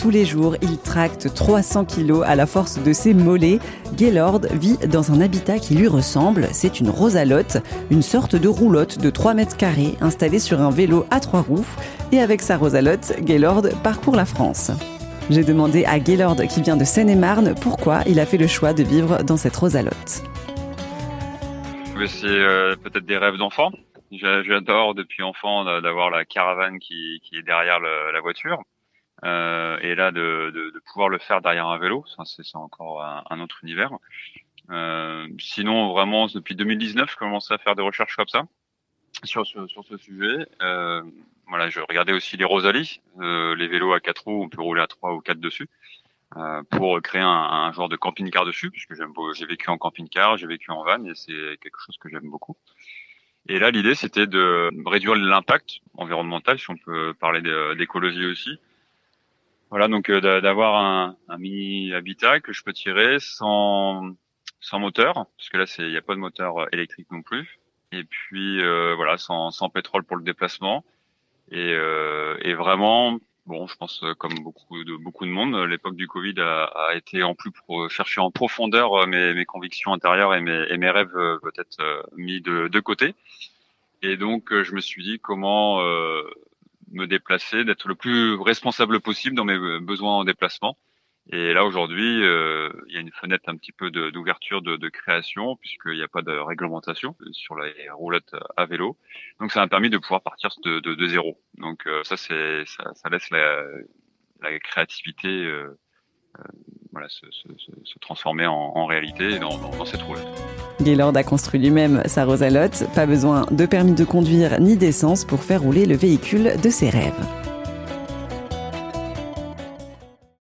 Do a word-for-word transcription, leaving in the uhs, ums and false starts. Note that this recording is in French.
tous les jours. Il tracte trois cents kilos à la force de ses mollets. Gaylord vit dans un habitat qui lui ressemble. C'est une rosalotte, une sorte de roulotte de trois mètres carrés installée sur un vélo à trois roues. Et avec sa rosalotte, Gaylord parcourt la France. J'ai demandé à Gaylord, qui vient de Seine-et-Marne, pourquoi il a fait le choix de vivre dans cette rosalotte. C'est euh, peut-être des rêves d'enfant. J'adore depuis enfant d'avoir la caravane qui, qui est derrière le, la voiture. Euh, et là, de, de, de pouvoir le faire derrière un vélo, ça, c'est, c'est encore un, un autre univers. Euh, sinon, vraiment, depuis deux mille dix-neuf, je commençais à faire des recherches comme ça sur ce, sur ce sujet. Euh, voilà, je regardais aussi les Rosalie, euh, les vélos à quatre roues, on peut rouler à trois ou quatre dessus. Euh, pour créer un, un genre de camping-car dessus, puisque j'aime, j'ai vécu en camping-car, j'ai vécu en van, et c'est quelque chose que j'aime beaucoup. Et là, l'idée, c'était de réduire l'impact environnemental, si on peut parler d'écologie aussi. Voilà, donc euh, d'avoir un, un mini habitat que je peux tirer sans sans moteur, parce que là, c'est il n'y a pas de moteur électrique non plus. Et puis euh, voilà, sans sans pétrole pour le déplacement. Et, euh, et vraiment. Bon, je pense comme beaucoup de beaucoup de monde, l'époque du Covid a, a été en plus pour chercher en profondeur mes, mes convictions intérieures et mes, et mes rêves peut-être mis de, de côté. Et donc, je me suis dit comment euh, me déplacer, d'être le plus responsable possible dans mes besoins en déplacement. Et là, aujourd'hui, euh, il y a une fenêtre un petit peu de, d'ouverture de, de création, puisqu'il n'y a pas de réglementation sur les roulottes à vélo. Donc, ça m'a permis de pouvoir partir de, de, de zéro. Donc, euh, ça, c'est, ça, ça laisse la, la créativité euh, euh, voilà, se, se, se transformer en, en réalité dans, dans, dans cette roulotte. Gaylord a construit lui-même sa rosalotte. Pas besoin de permis de conduire ni d'essence pour faire rouler le véhicule de ses rêves.